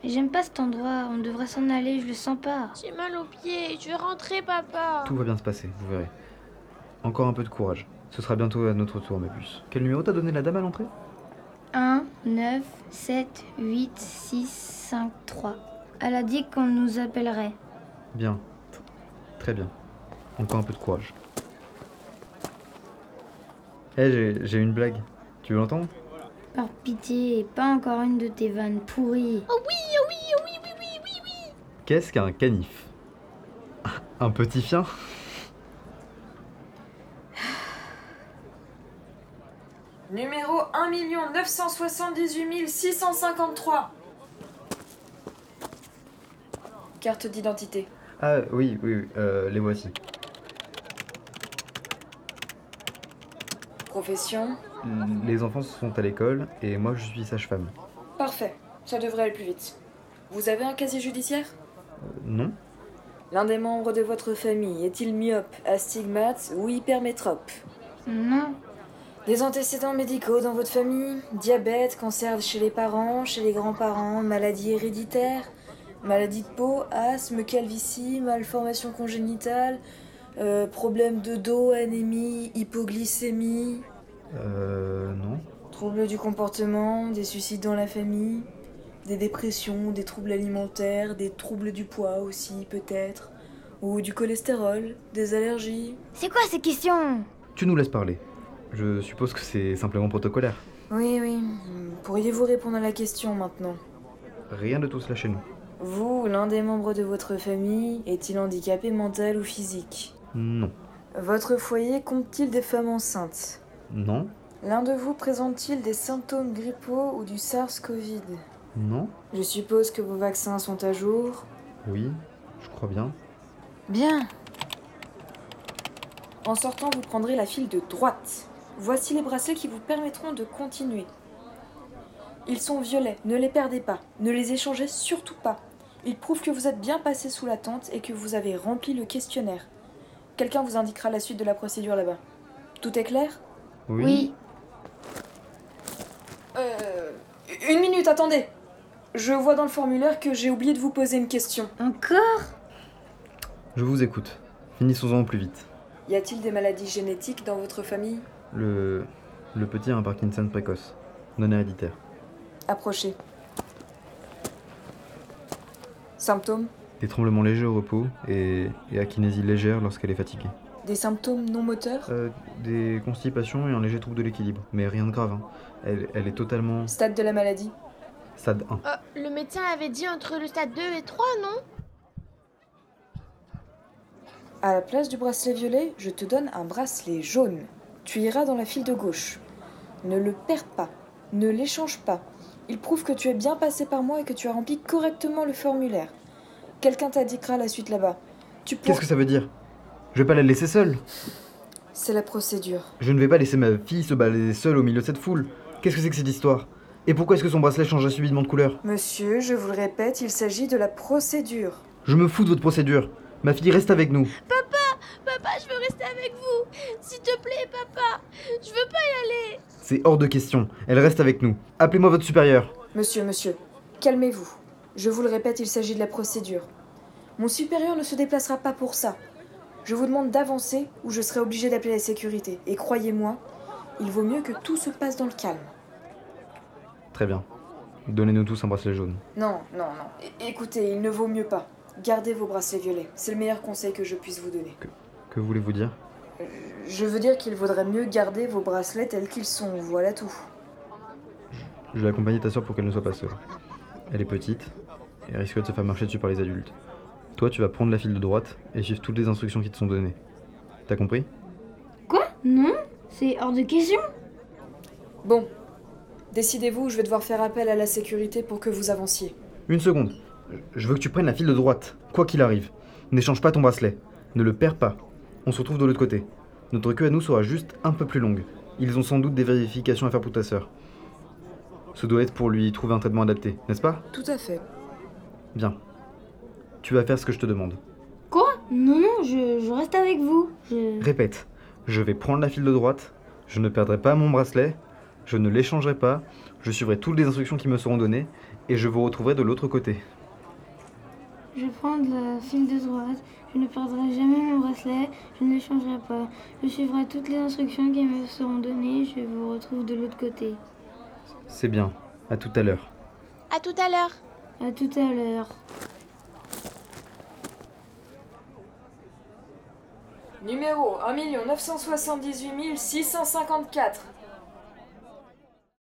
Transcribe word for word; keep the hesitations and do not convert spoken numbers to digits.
J'aime pas cet endroit, on devrait s'en aller, je le sens pas. J'ai mal aux pieds, je veux rentrer, papa. Tout va bien se passer, vous verrez. Encore un peu de courage. Ce sera bientôt à notre tour, ma puce. Quel numéro t'a donné la dame à l'entrée? un, neuf, sept, huit, six, cinq, trois. Elle a dit qu'on nous appellerait. Bien. Très bien. Encore un peu de courage. Eh, j'ai, j'ai une blague. Tu veux l'entendre? Par pitié, pas encore une de tes vannes pourries. Oh oui, oh oui, oh oui, oui, oui, oui, oui. Qu'est-ce qu'un canif? Un petit chien? Numéro un million neuf cent soixante-dix-huit mille six cent cinquante-trois. Carte d'identité. Ah oui, oui, oui, euh, les voici. Profession. Les enfants sont à l'école et moi je suis sage-femme. Parfait, ça devrait aller plus vite. Vous avez un casier judiciaire? Euh, non? L'un des membres de votre famille est-il myope, astigmate ou hypermétrope? Non. Des antécédents médicaux dans votre famille? Diabète, cancer chez les parents, chez les grands-parents, maladie héréditaire, maladie de peau, asthme, calvitie, malformation congénitale, euh, problème de dos, anémie, hypoglycémie, Euh, non. troubles du comportement, des suicides dans la famille, des dépressions, des troubles alimentaires, des troubles du poids aussi peut-être, ou du cholestérol, des allergies. C'est quoi ces questions? Tu nous laisses parler. Je suppose que c'est simplement protocolaire. Oui, oui. Pourriez-vous répondre à la question maintenant? Rien de tout cela chez nous. Vous, l'un des membres de votre famille, est-il handicapé mental ou physique? Non. Votre foyer compte-t-il des femmes enceintes? Non. L'un de vous présente-t-il des symptômes grippaux ou du SARS-Covid? Non. Je suppose que vos vaccins sont à jour? Oui, je crois bien. Bien. En sortant, vous prendrez la file de droite. Voici les bracelets qui vous permettront de continuer. Ils sont violets, ne les perdez pas. Ne les échangez surtout pas. Ils prouvent que vous êtes bien passé sous la tente et que vous avez rempli le questionnaire. Quelqu'un vous indiquera la suite de la procédure là-bas. Tout est clair? Oui. Oui. Euh... Une minute, attendez. Je vois dans le formulaire que j'ai oublié de vous poser une question. Encore? Je vous écoute. Finissons-en au plus vite. Y a-t-il des maladies génétiques dans votre famille? Le... Le petit a un Parkinson précoce. Non héréditaire. Approchez. Symptômes? Des tremblements légers au repos et, et akinésie légère lorsqu'elle est fatiguée. Des symptômes non moteurs? Euh, des constipations et un léger trouble de l'équilibre. Mais rien de grave. Hein. Elle, elle est totalement... Stade de la maladie? Stade un. Oh, le médecin avait dit entre le stade deux et trois, non? À la place du bracelet violet, je te donne un bracelet jaune. Tu iras dans la file de gauche. Ne le perds pas. Ne l'échange pas. Il prouve que tu es bien passé par moi et que tu as rempli correctement le formulaire. Quelqu'un t'indiquera la suite là-bas. Tu pourras... Qu'est-ce que ça veut dire? Je vais pas la laisser seule. C'est la procédure. Je ne vais pas laisser ma fille se balader seule au milieu de cette foule. Qu'est-ce que c'est que cette histoire? Et pourquoi est-ce que son bracelet change subitement de couleur? Monsieur, je vous le répète, il s'agit de la procédure. Je me fous de votre procédure. Ma fille reste avec nous. Papa, je veux rester avec vous. S'il te plaît, papa. Je veux pas y aller. C'est hors de question. Elle reste avec nous. Appelez-moi votre supérieur. Monsieur, monsieur, calmez-vous. Je vous le répète, il s'agit de la procédure. Mon supérieur ne se déplacera pas pour ça. Je vous demande d'avancer ou je serai obligé d'appeler la sécurité. Et croyez-moi, il vaut mieux que tout se passe dans le calme. Très bien. Donnez-nous tous un bracelet jaune. Non, non, non. É- écoutez, il ne vaut mieux pas. Gardez vos bracelets violets. C'est le meilleur conseil que je puisse vous donner. Que voulez-vous dire? Euh, Je veux dire qu'il vaudrait mieux garder vos bracelets tels qu'ils sont. Voilà tout. Je vais accompagner ta soeur pour qu'elle ne soit pas seule. Elle est petite et risque de se faire marcher dessus par les adultes. Toi, tu vas prendre la file de droite et suivre toutes les instructions qui te sont données. T'as compris? Quoi? Non? C'est hors de question? Bon. Décidez-vous, je vais devoir faire appel à la sécurité pour que vous avanciez. Une seconde. Je veux que tu prennes la file de droite, quoi qu'il arrive. N'échange pas ton bracelet. Ne le perds pas. On se retrouve de l'autre côté. Notre queue à nous sera juste un peu plus longue. Ils ont sans doute des vérifications à faire pour ta sœur. Ce doit être pour lui trouver un traitement adapté, n'est-ce pas? Tout à fait. Bien. Tu vas faire ce que je te demande. Quoi? Non, non, je, je reste avec vous. Je... Répète. Je vais prendre la file de droite. Je ne perdrai pas mon bracelet. Je ne l'échangerai pas. Je suivrai toutes les instructions qui me seront données. et je vous retrouverai de l'autre côté. Je prends de la file de droite. Je ne perdrai jamais mon bracelet. Je ne le changerai pas. Je suivrai toutes les instructions qui me seront données. Je vous retrouve de l'autre côté. C'est bien. À tout à l'heure. À tout à l'heure. À tout à l'heure. Numéro un million neuf cent soixante-dix-huit mille six cent cinquante-quatre.